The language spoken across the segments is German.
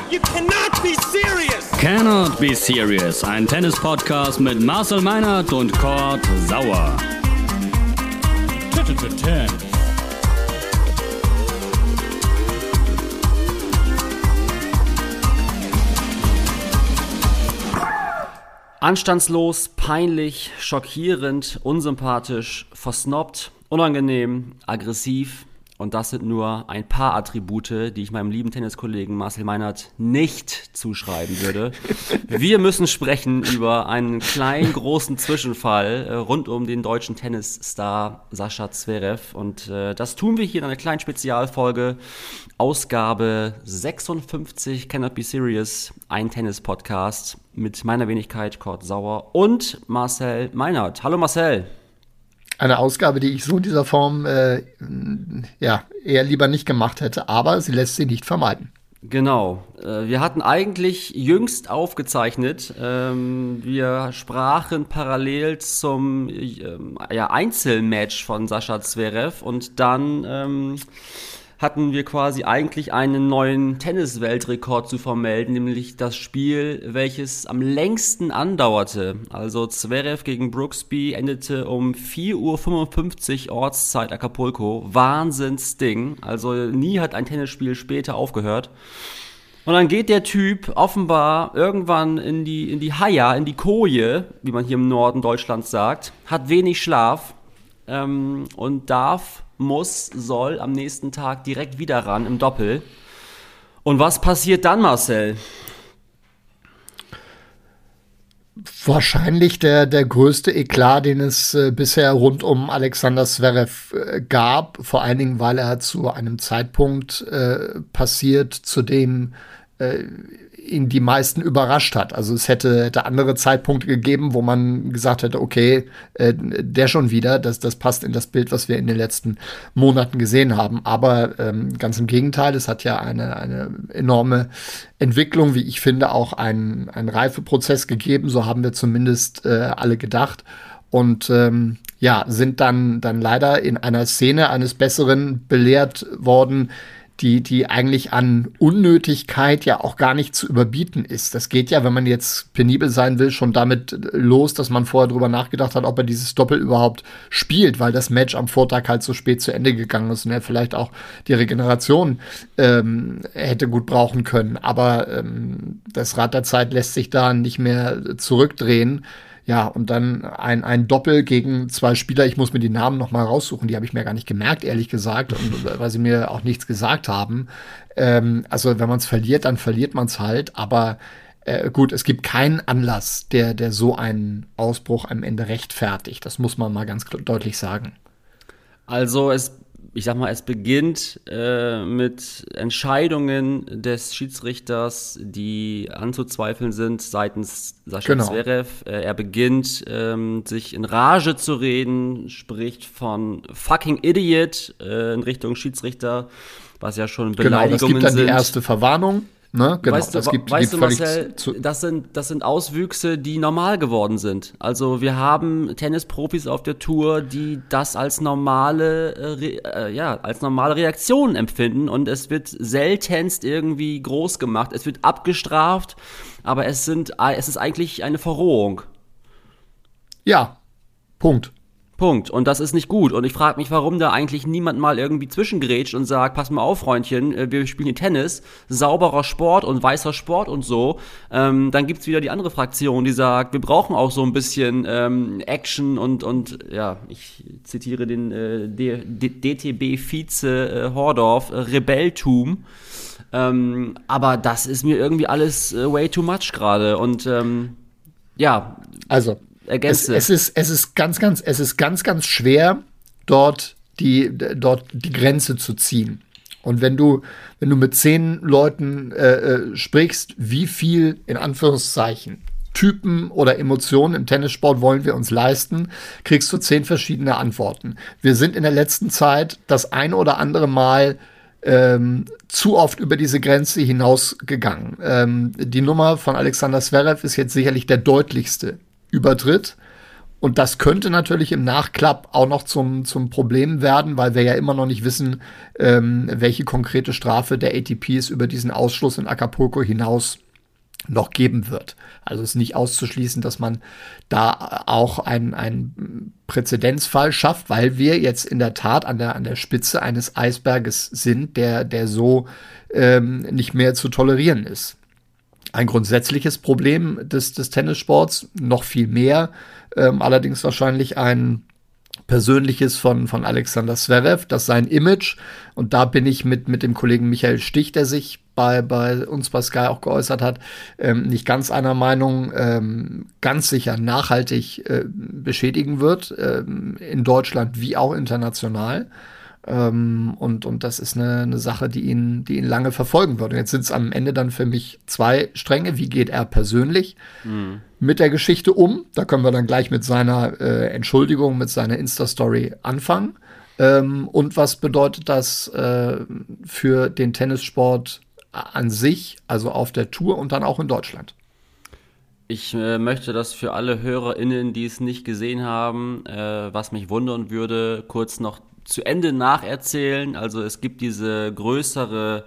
You cannot be serious! Cannot be serious, ein Tennis-Podcast mit Marcel Meinert und Kurt Sauer. Anstandslos, peinlich, schockierend, unsympathisch, versnobbt, unangenehm, aggressiv. Und das sind nur ein paar Attribute, die ich meinem lieben Tenniskollegen Marcel Meinert nicht zuschreiben würde. Wir müssen sprechen über einen kleinen, großen Zwischenfall rund um den deutschen Tennisstar Sascha Zverev. Und das tun wir hier in einer kleinen Spezialfolge, Ausgabe 56, Cannot Be Serious, ein Tennis-Podcast mit meiner Wenigkeit Kurt Sauer und Marcel Meinert. Hallo Marcel. Eine Ausgabe, die ich so in dieser Form eher lieber nicht gemacht hätte, aber sie lässt sich nicht vermeiden. Genau. Wir hatten eigentlich jüngst aufgezeichnet. Wir sprachen parallel zum Einzelmatch von Sascha Zverev und dann hatten wir quasi eigentlich einen neuen Tennis-Weltrekord zu vermelden, nämlich das Spiel, welches am längsten andauerte. Also Zverev gegen Brooksby endete um 4:55 Uhr Ortszeit Acapulco. Wahnsinnsding. Also nie hat ein Tennisspiel später aufgehört. Und dann geht der Typ offenbar irgendwann in die Haia, in die Koje, wie man hier im Norden Deutschlands sagt, hat wenig Schlaf und soll am nächsten Tag direkt wieder ran im Doppel. Und was passiert dann, Marcel? Wahrscheinlich der größte Eklat, den es bisher rund um Alexander Zverev gab. Vor allen Dingen, weil er zu einem Zeitpunkt passiert, zu dem ihn die meisten überrascht hat. Also es hätte andere Zeitpunkte gegeben, wo man gesagt hätte, okay, der schon wieder, das passt in das Bild, was wir in den letzten Monaten gesehen haben. Aber ganz im Gegenteil, es hat ja eine enorme Entwicklung, wie ich finde, auch einen Reifeprozess gegeben. So haben wir zumindest alle gedacht. Und sind dann leider in einer Szene eines Besseren belehrt worden, die eigentlich an Unnötigkeit ja auch gar nicht zu überbieten ist. Das geht ja, wenn man jetzt penibel sein will, schon damit los, dass man vorher drüber nachgedacht hat, ob er dieses Doppel überhaupt spielt, weil das Match am Vortag halt so spät zu Ende gegangen ist und er vielleicht auch die Regeneration hätte gut brauchen können. Aber das Rad der Zeit lässt sich da nicht mehr zurückdrehen. Ja, und dann ein Doppel gegen zwei Spieler. Ich muss mir die Namen noch mal raussuchen. Die habe ich mir gar nicht gemerkt, ehrlich gesagt, und weil sie mir auch nichts gesagt haben. Also wenn man es verliert, dann verliert man es halt. Aber gut, es gibt keinen Anlass, der so einen Ausbruch am Ende rechtfertigt. Das muss man mal ganz deutlich sagen. Also es beginnt mit Entscheidungen des Schiedsrichters, die anzuzweifeln sind seitens Sascha Zverev. Er beginnt, sich in Rage zu reden, spricht von fucking Idiot in Richtung Schiedsrichter, was ja schon Beleidigungen sind. Genau, das gibt dann die erste Verwarnung. Ne? Genau, weißt du, Marcel, das sind Auswüchse, die normal geworden sind. Also wir haben Tennisprofis auf der Tour, die das als normale Reaktion empfinden und es wird seltenst irgendwie groß gemacht. Es wird abgestraft, aber es ist eigentlich eine Verrohung. Ja, Punkt. Und das ist nicht gut. Und ich frage mich, warum da eigentlich niemand mal irgendwie zwischengrätscht und sagt, pass mal auf, Freundchen, wir spielen hier Tennis, sauberer Sport und weißer Sport und so. Dann gibt's wieder die andere Fraktion, die sagt, wir brauchen auch so ein bisschen Action und ich zitiere den DTB-Vize Hordorf, Rebelltum. Aber das ist mir irgendwie alles way too much gerade. Und also es ist ganz, ganz schwer, dort die Grenze zu ziehen. Und wenn du mit 10 Leuten sprichst, wie viel, in Anführungszeichen, Typen oder Emotionen im Tennissport wollen wir uns leisten, kriegst du 10 verschiedene Antworten. Wir sind in der letzten Zeit das ein oder andere Mal zu oft über diese Grenze hinausgegangen. Die Nummer von Alexander Zverev ist jetzt sicherlich der deutlichste Übertritt. Und das könnte natürlich im Nachklapp auch noch zum Problem werden, weil wir ja immer noch nicht wissen, welche konkrete Strafe der ATP es über diesen Ausschluss in Acapulco hinaus noch geben wird. Also es ist nicht auszuschließen, dass man da auch einen Präzedenzfall schafft, weil wir jetzt in der Tat an der Spitze eines Eisberges sind, der so nicht mehr zu tolerieren ist. Ein grundsätzliches Problem des Tennissports, noch viel mehr, allerdings wahrscheinlich ein persönliches von Alexander Zverev, dass sein Image, und da bin ich mit dem Kollegen Michael Stich, der sich bei uns bei Sky auch geäußert hat, nicht ganz einer Meinung, ganz sicher nachhaltig beschädigen wird, in Deutschland wie auch international. Und das ist eine Sache, die ihn lange verfolgen wird. Und jetzt sind es am Ende dann für mich 2 Stränge. Wie geht er persönlich mit der Geschichte um? Da können wir dann gleich mit seiner Entschuldigung, mit seiner Insta-Story anfangen. Und was bedeutet das für den Tennissport an sich, also auf der Tour und dann auch in Deutschland? Ich möchte das für alle HörerInnen, die es nicht gesehen haben, was mich wundern würde, kurz noch zu Ende nacherzählen. Also es gibt diese größere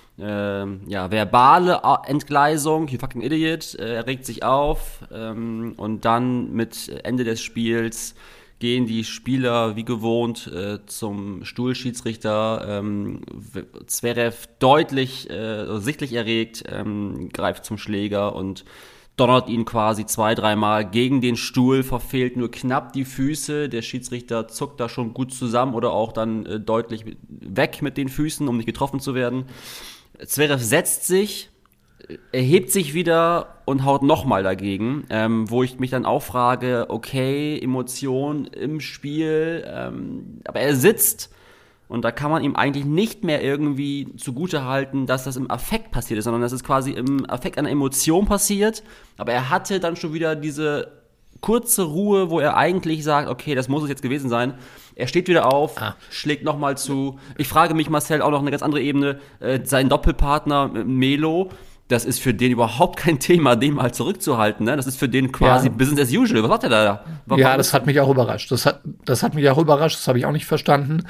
verbale Entgleisung, you fucking idiot, er regt sich auf und dann mit Ende des Spiels gehen die Spieler wie gewohnt zum Stuhlschiedsrichter. Zverev deutlich, sichtlich erregt, greift zum Schläger und donnert ihn quasi 2-3 Mal gegen den Stuhl, verfehlt nur knapp die Füße. Der Schiedsrichter zuckt da schon gut zusammen oder auch dann deutlich weg mit den Füßen, um nicht getroffen zu werden. Zverev setzt sich, erhebt sich wieder und haut nochmal dagegen, wo ich mich dann auch frage, okay, Emotion im Spiel, aber er sitzt und da kann man ihm eigentlich nicht mehr irgendwie zugutehalten, dass das im Affekt passiert ist, sondern dass es quasi im Affekt einer Emotion passiert, aber er hatte dann schon wieder diese kurze Ruhe, wo er eigentlich sagt, okay, das muss es jetzt gewesen sein. Er steht wieder auf, schlägt nochmal zu. Ich frage mich, Marcel, auch noch eine ganz andere Ebene, sein Doppelpartner Melo, das ist für den überhaupt kein Thema, den mal zurückzuhalten. Ne? Das ist für den quasi Business as usual. Was macht er da? Das hat mich auch überrascht. Das hat mich auch überrascht. Das habe ich auch nicht verstanden.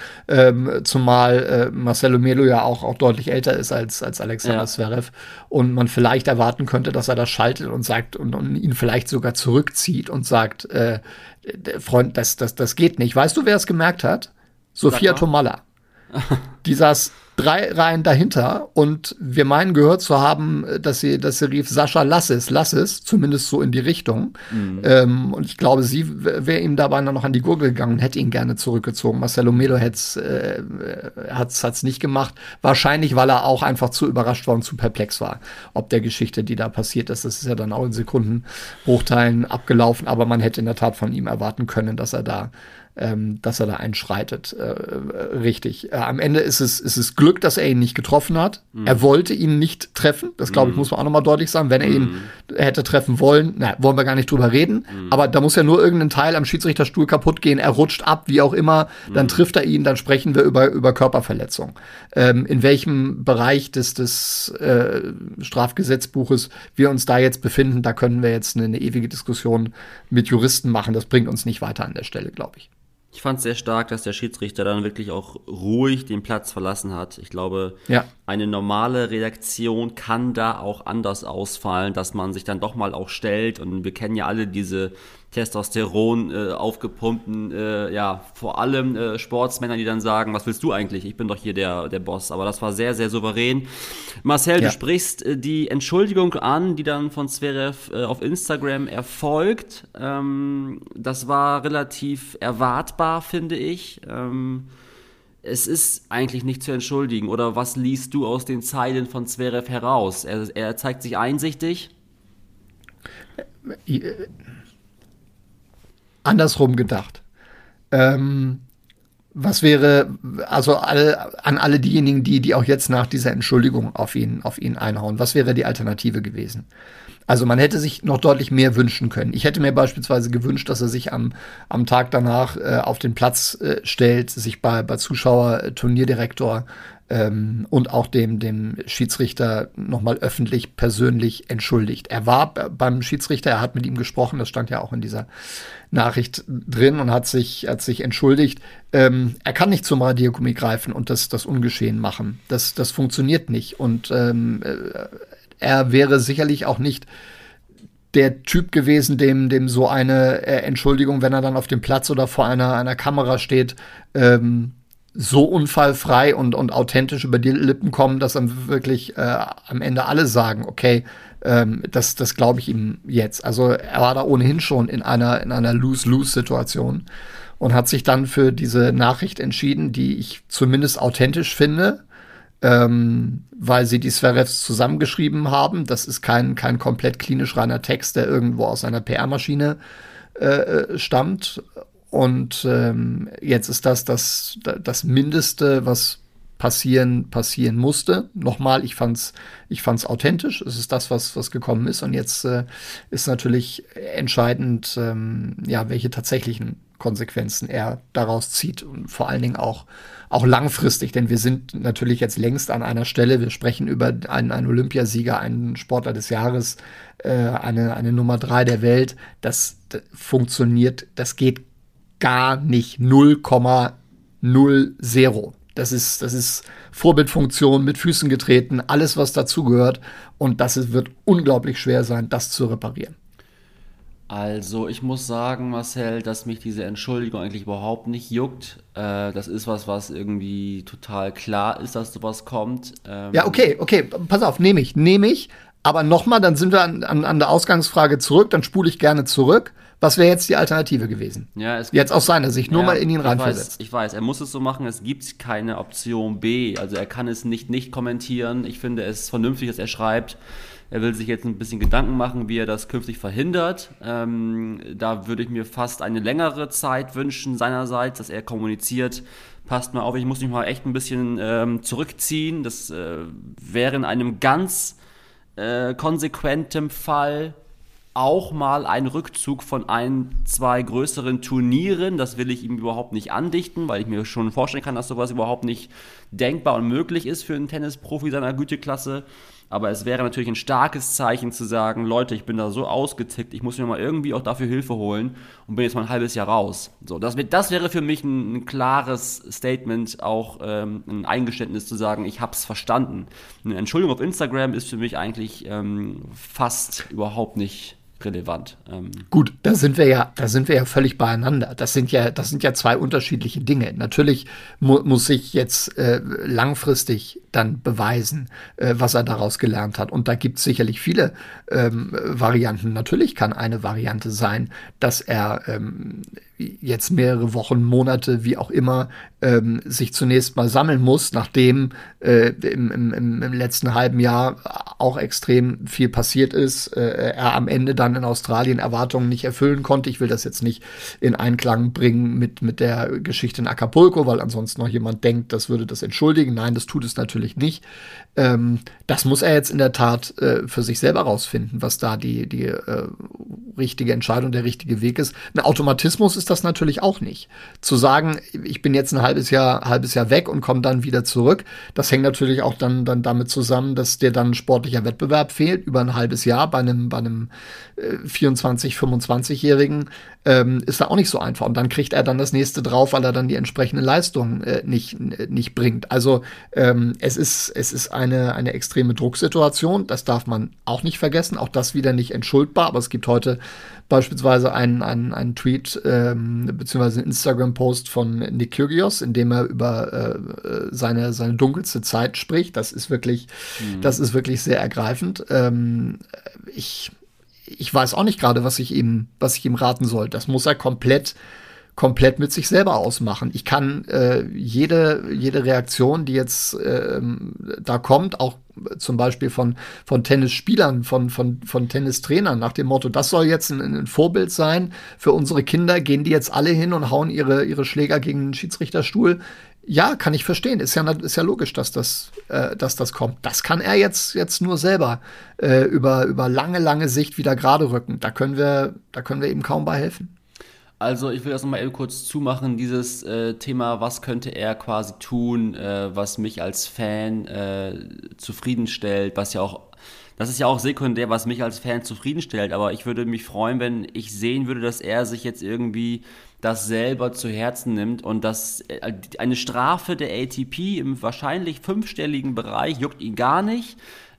Zumal Marcelo Melo ja auch deutlich älter ist als Alexander Zverev. Und man vielleicht erwarten könnte, dass er das schaltet und sagt und ihn vielleicht sogar zurückzieht und sagt, Freund, das geht nicht. Weißt du, wer es gemerkt hat? Sofia Tomalla. Die saß 3 Reihen dahinter und wir meinen gehört zu haben, dass sie rief, Sascha, lass es, zumindest so in die Richtung. Und ich glaube, sie wäre ihm dabei noch an die Gurgel gegangen und hätte ihn gerne zurückgezogen. Marcelo Melo hat's nicht gemacht. Wahrscheinlich, weil er auch einfach zu überrascht war und zu perplex war, ob der Geschichte, die da passiert ist. Das ist ja dann auch in Sekundenbruchteilen abgelaufen, aber man hätte in der Tat von ihm erwarten können, dass er da einschreitet. Richtig. Am Ende ist es Glück, dass er ihn nicht getroffen hat. Er wollte ihn nicht treffen. Das, glaube ich, muss man auch nochmal deutlich sagen. Wenn er ihn hätte treffen wollen, wollen wir gar nicht drüber reden. Aber da muss ja nur irgendein Teil am Schiedsrichterstuhl kaputt gehen. Er rutscht ab, wie auch immer. Dann trifft er ihn, dann sprechen wir über Körperverletzung. In welchem Bereich des Strafgesetzbuches wir uns da jetzt befinden, da können wir jetzt eine ewige Diskussion mit Juristen machen. Das bringt uns nicht weiter an der Stelle, glaube ich. Ich fand es sehr stark, dass der Schiedsrichter dann wirklich auch ruhig den Platz verlassen hat. Ich glaube, eine normale Reaktion kann da auch anders ausfallen, dass man sich dann doch mal auch stellt. Und wir kennen ja alle diese Testosteron aufgepumpten, vor allem Sportsmänner, die dann sagen, was willst du eigentlich? Ich bin doch hier der Boss. Aber das war sehr, sehr souverän. Marcel, du sprichst die Entschuldigung an, die dann von Zverev auf Instagram erfolgt. Das war relativ erwartbar, finde ich. Es ist eigentlich nicht zu entschuldigen. Oder was liest du aus den Zeilen von Zverev heraus? Er zeigt sich einsichtig. Andersrum gedacht. Was wäre, also an alle diejenigen, die auch jetzt nach dieser Entschuldigung auf ihn einhauen, was wäre die Alternative gewesen? Also man hätte sich noch deutlich mehr wünschen können. Ich hätte mir beispielsweise gewünscht, dass er sich am Tag danach auf den Platz stellt, sich bei Zuschauer, Turnierdirektor und auch dem Schiedsrichter nochmal öffentlich, persönlich entschuldigt. Er war beim Schiedsrichter, er hat mit ihm gesprochen, das stand ja auch in dieser Nachricht drin und hat sich entschuldigt. Er kann nicht zum Radiergummi greifen und das ungeschehen machen. Das funktioniert nicht. Und er wäre sicherlich auch nicht der Typ gewesen, dem so eine Entschuldigung, wenn er dann auf dem Platz oder vor einer Kamera steht, so unfallfrei und authentisch über die Lippen kommen, dass dann wirklich am Ende alle sagen, okay, das glaube ich ihm jetzt. Also er war da ohnehin schon in einer Lose-Lose-Situation und hat sich dann für diese Nachricht entschieden, die ich zumindest authentisch finde, weil sie die Zverevs zusammengeschrieben haben. Das ist kein komplett klinisch reiner Text, der irgendwo aus einer PR-Maschine stammt. Und jetzt ist das Mindeste, was passieren musste. Nochmal, ich fand's authentisch. Es ist das, was gekommen ist. Und jetzt ist natürlich entscheidend, welche tatsächlichen Konsequenzen er daraus zieht und vor allen Dingen auch langfristig, denn wir sind natürlich jetzt längst an einer Stelle, wir sprechen über einen Olympiasieger, einen Sportler des Jahres, eine Nummer 3 der Welt, das funktioniert, das geht gar nicht, 0,00. Das ist Vorbildfunktion, mit Füßen getreten, alles, was dazugehört, und wird unglaublich schwer sein, das zu reparieren. Also ich muss sagen, Marcel, dass mich diese Entschuldigung eigentlich überhaupt nicht juckt. Das ist was irgendwie total klar ist, dass sowas kommt. Ja, okay, pass auf, nehme ich. Aber nochmal, dann sind wir an der Ausgangsfrage zurück, dann spule ich gerne zurück. Was wäre jetzt die Alternative gewesen? Ja, jetzt aus seiner Sicht, nur mal in ihn reinversetzt. Ich weiß, er muss es so machen, es gibt keine Option B. Also er kann es nicht kommentieren. Ich finde es vernünftig, dass er schreibt. Er will sich jetzt ein bisschen Gedanken machen, wie er das künftig verhindert. Da würde ich mir fast eine längere Zeit wünschen seinerseits, dass er kommuniziert. Passt mal auf, ich muss mich mal echt ein bisschen zurückziehen. Das wäre in einem ganz konsequentem Fall auch mal ein Rückzug von 1-2 größeren Turnieren. Das will ich ihm überhaupt nicht andichten, weil ich mir schon vorstellen kann, dass sowas überhaupt nicht denkbar und möglich ist für einen Tennisprofi seiner Güteklasse. Aber es wäre natürlich ein starkes Zeichen zu sagen, Leute, ich bin da so ausgetickt, ich muss mir mal irgendwie auch dafür Hilfe holen und bin jetzt mal ein halbes Jahr raus. So, das wäre für mich ein klares Statement, auch ein Eingeständnis zu sagen, ich hab's verstanden. Eine Entschuldigung auf Instagram ist für mich eigentlich fast überhaupt nicht relevant. Gut, da sind wir ja völlig beieinander. Das sind ja zwei unterschiedliche Dinge. Natürlich muss sich jetzt langfristig dann beweisen, was er daraus gelernt hat. Und da gibt es sicherlich viele Varianten. Natürlich kann eine Variante sein, dass er jetzt mehrere Wochen, Monate, wie auch immer, sich zunächst mal sammeln muss, nachdem im letzten halben Jahr auch extrem viel passiert ist. Er am Ende dann in Australien Erwartungen nicht erfüllen konnte. Ich will das jetzt nicht in Einklang bringen mit der Geschichte in Acapulco, weil ansonsten noch jemand denkt, das würde das entschuldigen. Nein, das tut es natürlich nicht. Das muss er jetzt in der Tat für sich selber rausfinden, was da die richtige Entscheidung, der richtige Weg ist. Ein Automatismus ist das natürlich auch nicht. Zu sagen, ich bin jetzt ein halbes Jahr weg und komme dann wieder zurück, das hängt natürlich auch dann damit zusammen, dass dir dann sportlicher Wettbewerb fehlt über ein halbes Jahr bei einem 24-, 25-Jährigen ist da auch nicht so einfach. Und dann kriegt er dann das nächste drauf, weil er dann die entsprechende Leistung nicht bringt. Also es ist eine extreme Drucksituation. Das darf man auch nicht vergessen. Auch das wieder nicht entschuldbar. Aber es gibt heute beispielsweise einen Tweet beziehungsweise einen Instagram-Post von Nick Kyrgios, in dem er über seine dunkelste Zeit spricht. Das ist wirklich sehr ergreifend. Ich weiß auch nicht gerade, was ich ihm raten soll. Das muss er komplett mit sich selber ausmachen. Ich kann jede Reaktion, die jetzt da kommt, auch zum Beispiel von Tennisspielern, von Tennistrainern, nach dem Motto, das soll jetzt ein Vorbild sein für unsere Kinder, gehen die jetzt alle hin und hauen ihre Schläger gegen den Schiedsrichterstuhl. Ja, kann ich verstehen. Ist ja logisch, dass das kommt. Das kann er jetzt nur selber über lange Sicht wieder gerade rücken. Da können wir ihm kaum bei helfen. Also ich will das nochmal eben kurz zumachen, dieses Thema, was könnte er quasi tun, was mich als Fan zufriedenstellt, das ist ja auch sekundär, was mich als Fan zufriedenstellt, aber ich würde mich freuen, wenn ich sehen würde, dass er sich jetzt irgendwie das selber zu Herzen nimmt und dass eine Strafe der ATP im wahrscheinlich 5-stelligen Bereich juckt ihn gar nicht.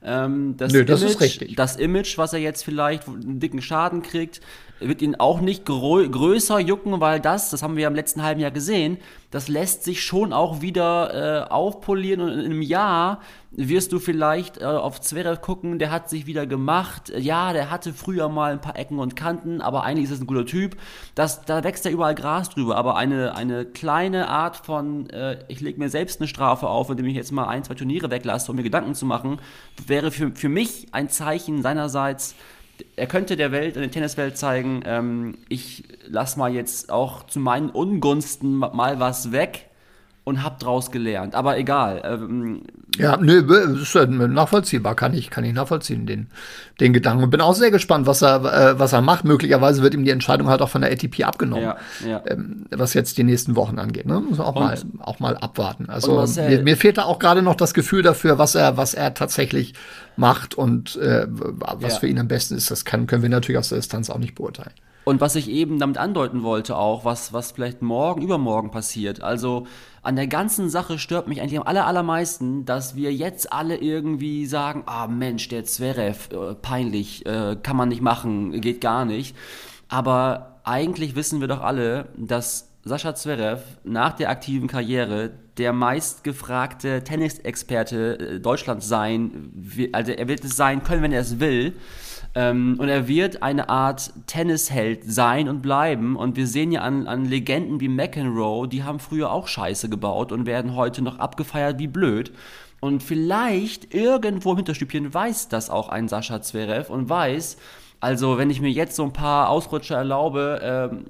Nö, das ist richtig. Das Image, was er jetzt vielleicht einen dicken Schaden kriegt, wird ihn auch nicht größer jucken, weil das haben wir ja im letzten halben Jahr gesehen, das lässt sich schon auch wieder aufpolieren und in einem Jahr wirst du vielleicht auf Zverev gucken, der hat sich wieder gemacht, ja, der hatte früher mal ein paar Ecken und Kanten, aber eigentlich ist es ein guter Typ, da wächst ja überall Gras drüber, aber eine kleine Art von, ich lege mir selbst eine Strafe auf, indem ich jetzt mal 1, 2 Turniere weglasse, um mir Gedanken zu machen, wäre für mich ein Zeichen seinerseits, er könnte der Welt, der Tenniswelt zeigen, ich lass mal jetzt auch zu meinen Ungunsten mal was weg und hab draus gelernt. Aber egal. Ja, nö, ist ja nachvollziehbar, kann ich nachvollziehen, den Gedanken. Und bin auch sehr gespannt, was er macht. Möglicherweise wird ihm die Entscheidung halt auch von der ATP abgenommen, ja. Was jetzt die nächsten Wochen angeht. Ne? Muss man auch mal abwarten. Also Marcel, mir fehlt da auch gerade noch das Gefühl dafür, was er tatsächlich macht und was für ihn am besten ist. Das können wir natürlich aus der Distanz auch nicht beurteilen. Und was ich eben damit andeuten wollte auch, was vielleicht übermorgen passiert. Also an der ganzen Sache stört mich eigentlich am allermeisten, dass wir jetzt alle irgendwie sagen, Mensch, der Zverev, peinlich, kann man nicht machen, geht gar nicht. Aber eigentlich wissen wir doch alle, dass Sascha Zverev nach der aktiven Karriere der meistgefragte Tennisexperte Deutschlands sein wird. Also er wird es sein können, wenn er es will. Und er wird eine Art Tennisheld sein und bleiben. Und wir sehen ja an Legenden wie McEnroe, die haben früher auch Scheiße gebaut und werden heute noch abgefeiert wie blöd. Und vielleicht irgendwo im Hinterstübchen weiß das auch ein Sascha Zverev und weiß, also wenn ich mir jetzt so ein paar Ausrutscher erlaube,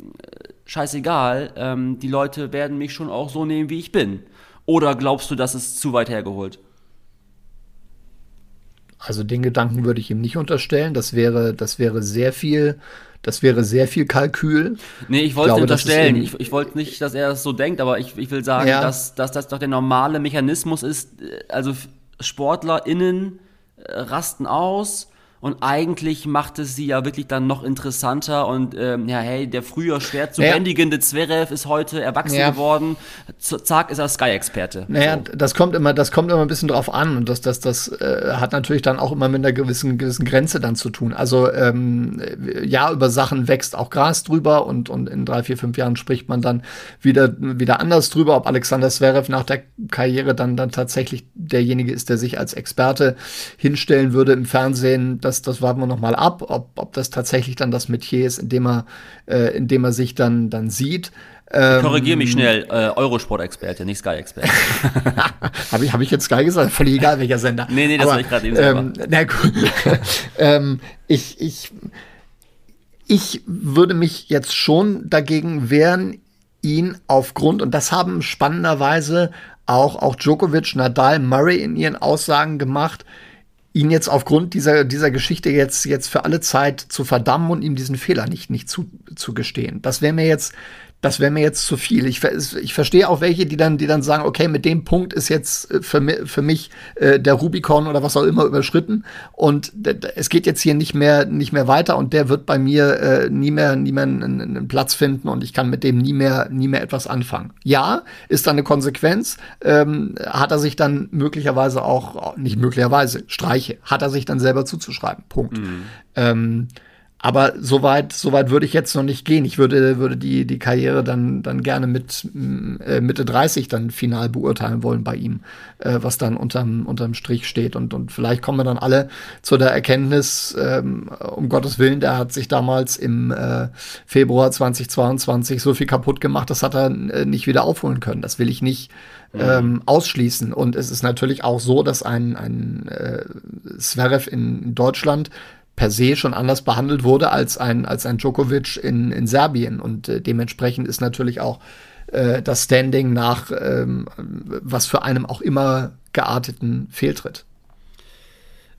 scheißegal, die Leute werden mich schon auch so nehmen, wie ich bin. Oder glaubst du, das ist zu weit hergeholt? Also den Gedanken würde ich ihm nicht unterstellen. Das wäre sehr viel Kalkül. Nee, ich wollte unterstellen. Ich wollte nicht, dass er das so denkt, aber ich will sagen, dass das doch der normale Mechanismus ist. Also SportlerInnen rasten aus. Und eigentlich macht es sie ja wirklich dann noch interessanter und der früher schwer zu bändigende Zverev ist heute erwachsen geworden. Zack, ist er Sky-Experte. Naja, so. Das kommt immer ein bisschen drauf an und das hat natürlich dann auch immer mit einer gewissen Grenze dann zu tun. Also über Sachen wächst auch Gras drüber und in 3, 4, 5 Jahren spricht man dann wieder anders drüber, ob Alexander Zverev nach der Karriere dann tatsächlich derjenige ist, der sich als Experte hinstellen würde im Fernsehen. Das warten wir noch mal ab, ob das tatsächlich dann das Metier ist, in dem er sich dann sieht. Korrigiere mich schnell, Eurosport-Experte, nicht Sky-Experte. Hab ich jetzt Sky gesagt? Völlig egal, welcher Sender. Nee, das habe ich gerade eben selber. Na gut. Ich würde mich jetzt schon dagegen wehren, ihn aufgrund, und das haben spannenderweise auch Djokovic, Nadal, Murray in ihren Aussagen gemacht, ihn jetzt aufgrund dieser Geschichte jetzt für alle Zeit zu verdammen und ihm diesen Fehler nicht zu gestehen. Das wäre mir jetzt zu viel. Ich verstehe auch welche, die dann sagen, okay, mit dem Punkt ist jetzt für mich der Rubikon oder was auch immer überschritten und es geht jetzt hier nicht mehr weiter und der wird bei mir nie mehr einen Platz finden und ich kann mit dem nie mehr etwas anfangen. Ja, ist dann eine Konsequenz, hat er sich dann möglicherweise auch, nicht möglicherweise, Streiche, hat er sich dann selber zuzuschreiben. Punkt. Mhm. Aber soweit würde ich jetzt noch nicht gehen. Ich würde die Karriere dann gerne mit Mitte 30 dann final beurteilen wollen bei ihm, was dann unterm Strich steht. Und vielleicht kommen wir dann alle zu der Erkenntnis, um Gottes Willen, der hat sich damals im Februar 2022 so viel kaputt gemacht, das hat er nicht wieder aufholen können. Das will ich nicht ausschließen. Und es ist natürlich auch so, dass ein Zverev in Deutschland per se schon anders behandelt wurde als ein Djokovic in Serbien. Und dementsprechend ist natürlich auch das Standing nach was für einem auch immer gearteten Fehltritt.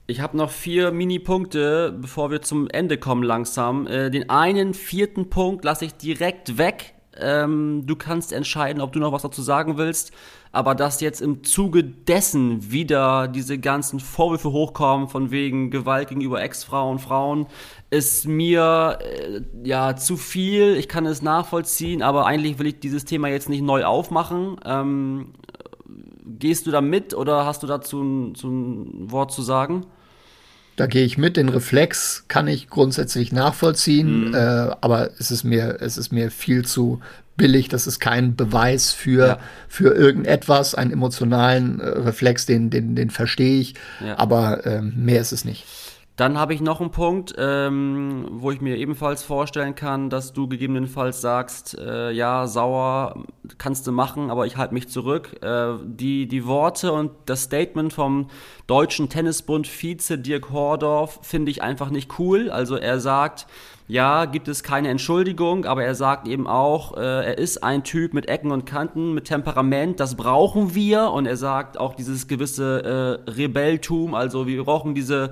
Ich habe noch 4 Mini-Punkte, bevor wir zum Ende kommen langsam. Den einen 4. Punkt lasse ich direkt weg. Du kannst entscheiden, ob du noch was dazu sagen willst. Aber dass jetzt im Zuge dessen wieder diese ganzen Vorwürfe hochkommen, von wegen Gewalt gegenüber Ex-Frauen, Frauen, ist mir zu viel. Ich kann es nachvollziehen, aber eigentlich will ich dieses Thema jetzt nicht neu aufmachen. Gehst du da mit oder hast du dazu ein Wort zu sagen? Da gehe ich mit. Den Reflex kann ich grundsätzlich nachvollziehen, aber es ist mir viel zu billig. Das ist kein Beweis für irgendetwas, einen emotionalen Reflex, den verstehe ich, aber mehr ist es nicht. Dann habe ich noch einen Punkt, wo ich mir ebenfalls vorstellen kann, dass du gegebenenfalls sagst, sauer kannst du machen, aber ich halte mich zurück. Die Worte und das Statement vom Deutschen Tennisbund Vize Dirk Hordorf finde ich einfach nicht cool. Also er sagt, ja, gibt es keine Entschuldigung, aber er sagt eben auch, er ist ein Typ mit Ecken und Kanten, mit Temperament, das brauchen wir. Und er sagt auch dieses gewisse Rebelltum, also wir brauchen diese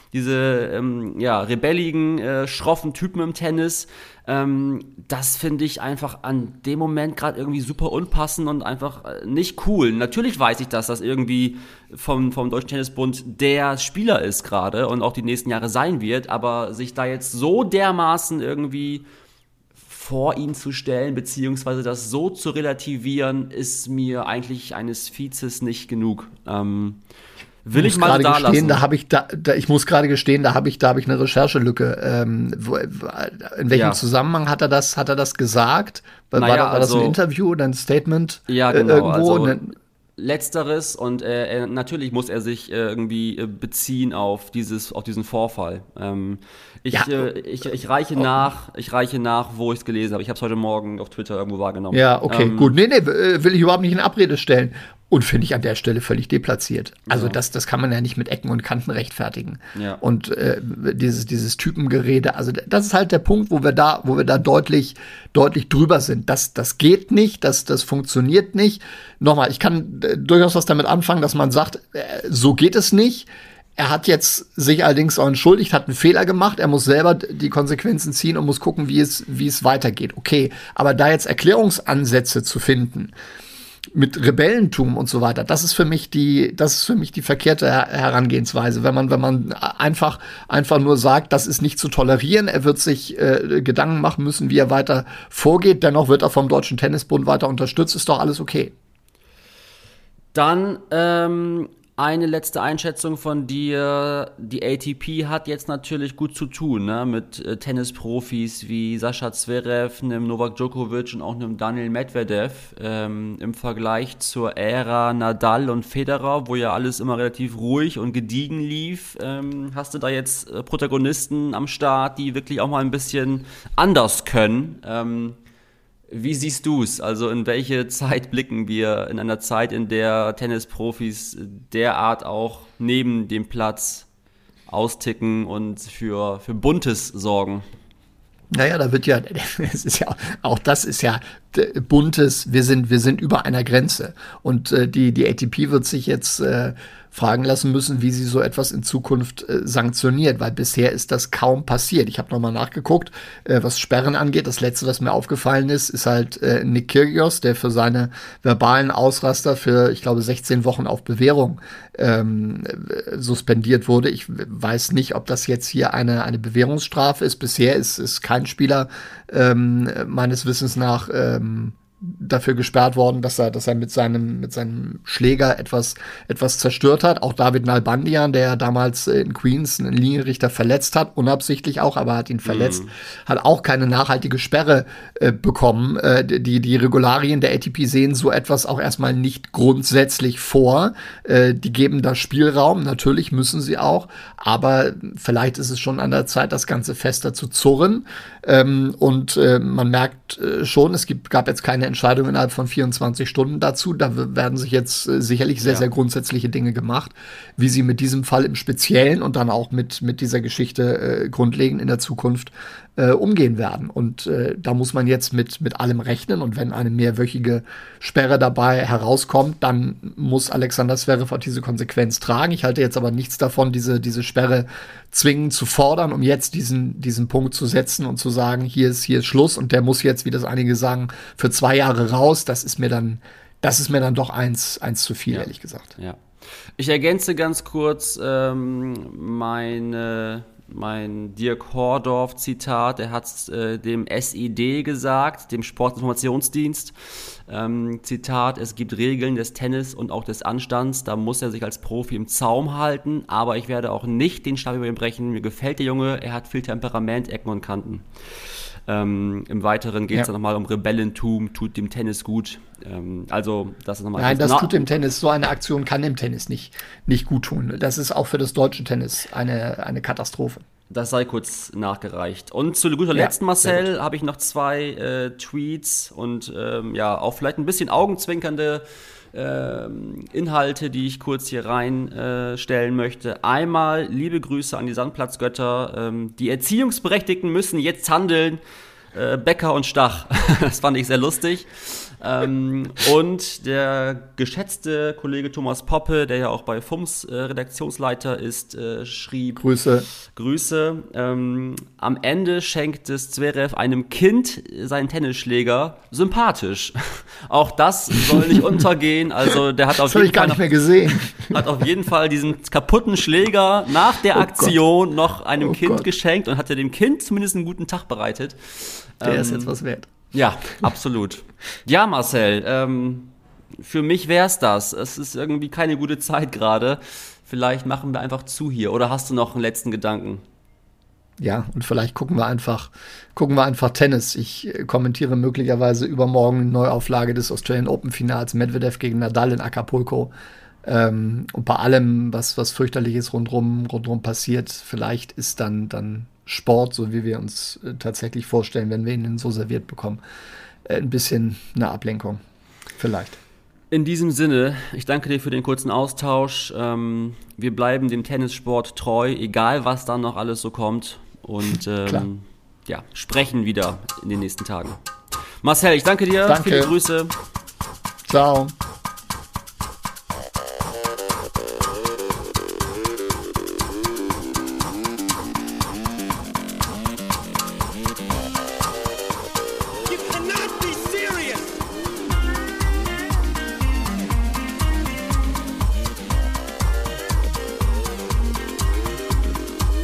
rebelligen, schroffen Typen im Tennis. Das finde ich einfach an dem Moment gerade irgendwie super unpassend und einfach nicht cool. Natürlich weiß ich, dass das irgendwie vom Deutschen Tennisbund der Spieler ist gerade und auch die nächsten Jahre sein wird, aber sich da jetzt so dermaßen irgendwie vor ihn zu stellen, beziehungsweise das so zu relativieren, ist mir eigentlich eines Vizes nicht genug. Will ich mal da lassen. Ich muss gerade gestehen, da habe ich eine Recherchelücke. In welchem Zusammenhang hat er das gesagt? War das ein Interview oder ein Statement? Ja, genau. Irgendwo? Letzteres und natürlich muss er sich irgendwie beziehen auf diesen Vorfall. Ich reiche nach, wo ich es gelesen habe. Ich habe es heute Morgen auf Twitter irgendwo wahrgenommen. Ja, okay, gut. Nee, will ich überhaupt nicht in Abrede stellen. Und finde ich an der Stelle völlig deplatziert. Also das kann man ja nicht mit Ecken und Kanten rechtfertigen. Ja. Und dieses Typengerede, also das ist halt der Punkt, wo wir da deutlich drüber sind. Das geht nicht, das funktioniert nicht. Nochmal, ich kann durchaus was damit anfangen, dass man sagt, so geht es nicht. Er hat jetzt sich allerdings auch entschuldigt, hat einen Fehler gemacht. Er muss selber die Konsequenzen ziehen und muss gucken, wie es weitergeht. Okay, aber da jetzt Erklärungsansätze zu finden mit Rebellentum und so weiter, das ist für mich die verkehrte Herangehensweise. Wenn man einfach nur sagt, das ist nicht zu tolerieren, er wird sich Gedanken machen müssen, wie er weiter vorgeht, dennoch wird er vom Deutschen Tennisbund weiter unterstützt, ist doch alles okay. Dann eine letzte Einschätzung von dir. Die ATP hat jetzt natürlich gut zu tun, ne? Mit Tennisprofis wie Sascha Zverev, einem Novak Djokovic und auch einem Daniil Medvedev. Im Vergleich zur Ära Nadal und Federer, wo ja alles immer relativ ruhig und gediegen lief, hast du da jetzt Protagonisten am Start, die wirklich auch mal ein bisschen anders können. Wie siehst du es? Also in welche Zeit blicken wir? In einer Zeit, in der Tennisprofis derart auch neben dem Platz austicken und für Buntes sorgen? Naja, da wird das ist ja Buntes, wir sind über einer Grenze. Und die ATP wird sich jetzt fragen lassen müssen, wie sie so etwas in Zukunft sanktioniert, weil bisher ist das kaum passiert. Ich habe nochmal nachgeguckt, was Sperren angeht. Das Letzte, was mir aufgefallen ist halt Nick Kyrgios, der für seine verbalen Ausraster für, ich glaube, 16 Wochen auf Bewährung suspendiert wurde. Ich weiß nicht, ob das jetzt hier eine Bewährungsstrafe ist. Bisher ist kein Spieler meines Wissens nach dafür gesperrt worden, dass er mit seinem Schläger etwas zerstört hat. Auch David Nalbandian, der damals in Queens einen Linienrichter verletzt hat, unabsichtlich auch, aber hat ihn verletzt, hat auch keine nachhaltige Sperre bekommen. Die Regularien der ATP sehen so etwas auch erstmal nicht grundsätzlich vor. Die geben da Spielraum, natürlich müssen sie auch, aber vielleicht ist es schon an der Zeit, das Ganze fester zu zurren. Man merkt schon, gab jetzt keine Entscheidung innerhalb von 24 Stunden dazu. Da werden sich jetzt sicherlich sehr, sehr grundsätzliche Dinge gemacht, wie sie mit diesem Fall im Speziellen und dann auch mit dieser Geschichte grundlegend in der Zukunft umgehen werden. Und da muss man jetzt mit allem rechnen. Und wenn eine mehrwöchige Sperre dabei herauskommt, dann muss Alexander Zverev auch diese Konsequenz tragen. Ich halte jetzt aber nichts davon, diese Sperre zwingend zu fordern, um jetzt diesen Punkt zu setzen und zu sagen, hier ist Schluss und der muss jetzt, wie das einige sagen, für 2 Jahre raus. Das ist mir dann doch eins zu viel, ehrlich gesagt. Ja. Ich ergänze ganz kurz mein Dirk Hordorf-Zitat, er hat dem SID gesagt, dem Sportinformationsdienst, Zitat, es gibt Regeln des Tennis und auch des Anstands, da muss er sich als Profi im Zaum halten, aber ich werde auch nicht den Stab über ihn brechen, mir gefällt der Junge, er hat viel Temperament, Ecken und Kanten. Im Weiteren geht es dann nochmal um Rebellentum, tut dem Tennis gut. Also, das ist nochmal. Nein, das tut dem Tennis, so eine Aktion kann dem Tennis nicht gut tun. Das ist auch für das deutsche Tennis eine Katastrophe. Das sei kurz nachgereicht. Und zu guter Letzt, Marcel, habe ich noch 2 Tweets und auch vielleicht ein bisschen augenzwinkernde Inhalte, die ich kurz hier reinstellen möchte. Einmal liebe Grüße an die Sandplatzgötter. Die Erziehungsberechtigten müssen jetzt handeln. Becker und Stach. Das fand ich sehr lustig. Und der geschätzte Kollege Thomas Poppe, der ja auch bei FUMS Redaktionsleiter ist, schrieb Grüße. Am Ende schenkt es Zverev einem Kind seinen Tennisschläger sympathisch. Auch das soll nicht untergehen. Also der hat auf jeden Fall nicht mehr gesehen. Hat auf jeden Fall diesen kaputten Schläger nach der Aktion noch einem Kind geschenkt und hat dem Kind zumindest einen guten Tag bereitet. Der ist jetzt was wert. Ja, absolut. Ja, Marcel, für mich wär's das. Es ist irgendwie keine gute Zeit gerade. Vielleicht machen wir einfach zu hier. Oder hast du noch einen letzten Gedanken? Ja, und vielleicht gucken wir einfach Tennis. Ich kommentiere möglicherweise übermorgen eine Neuauflage des Australian Open Finals, Medvedev gegen Nadal in Acapulco. Und bei allem, was fürchterliches rundrum passiert, vielleicht ist dann Sport, so wie wir uns tatsächlich vorstellen, wenn wir ihn so serviert bekommen, ein bisschen eine Ablenkung. Vielleicht. In diesem Sinne, ich danke dir für den kurzen Austausch. Wir bleiben dem Tennissport treu, egal was dann noch alles so kommt. Und sprechen wieder in den nächsten Tagen. Marcel, ich danke dir. Danke. Viele Grüße. Ciao.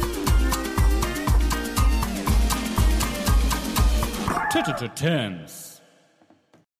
Tennis.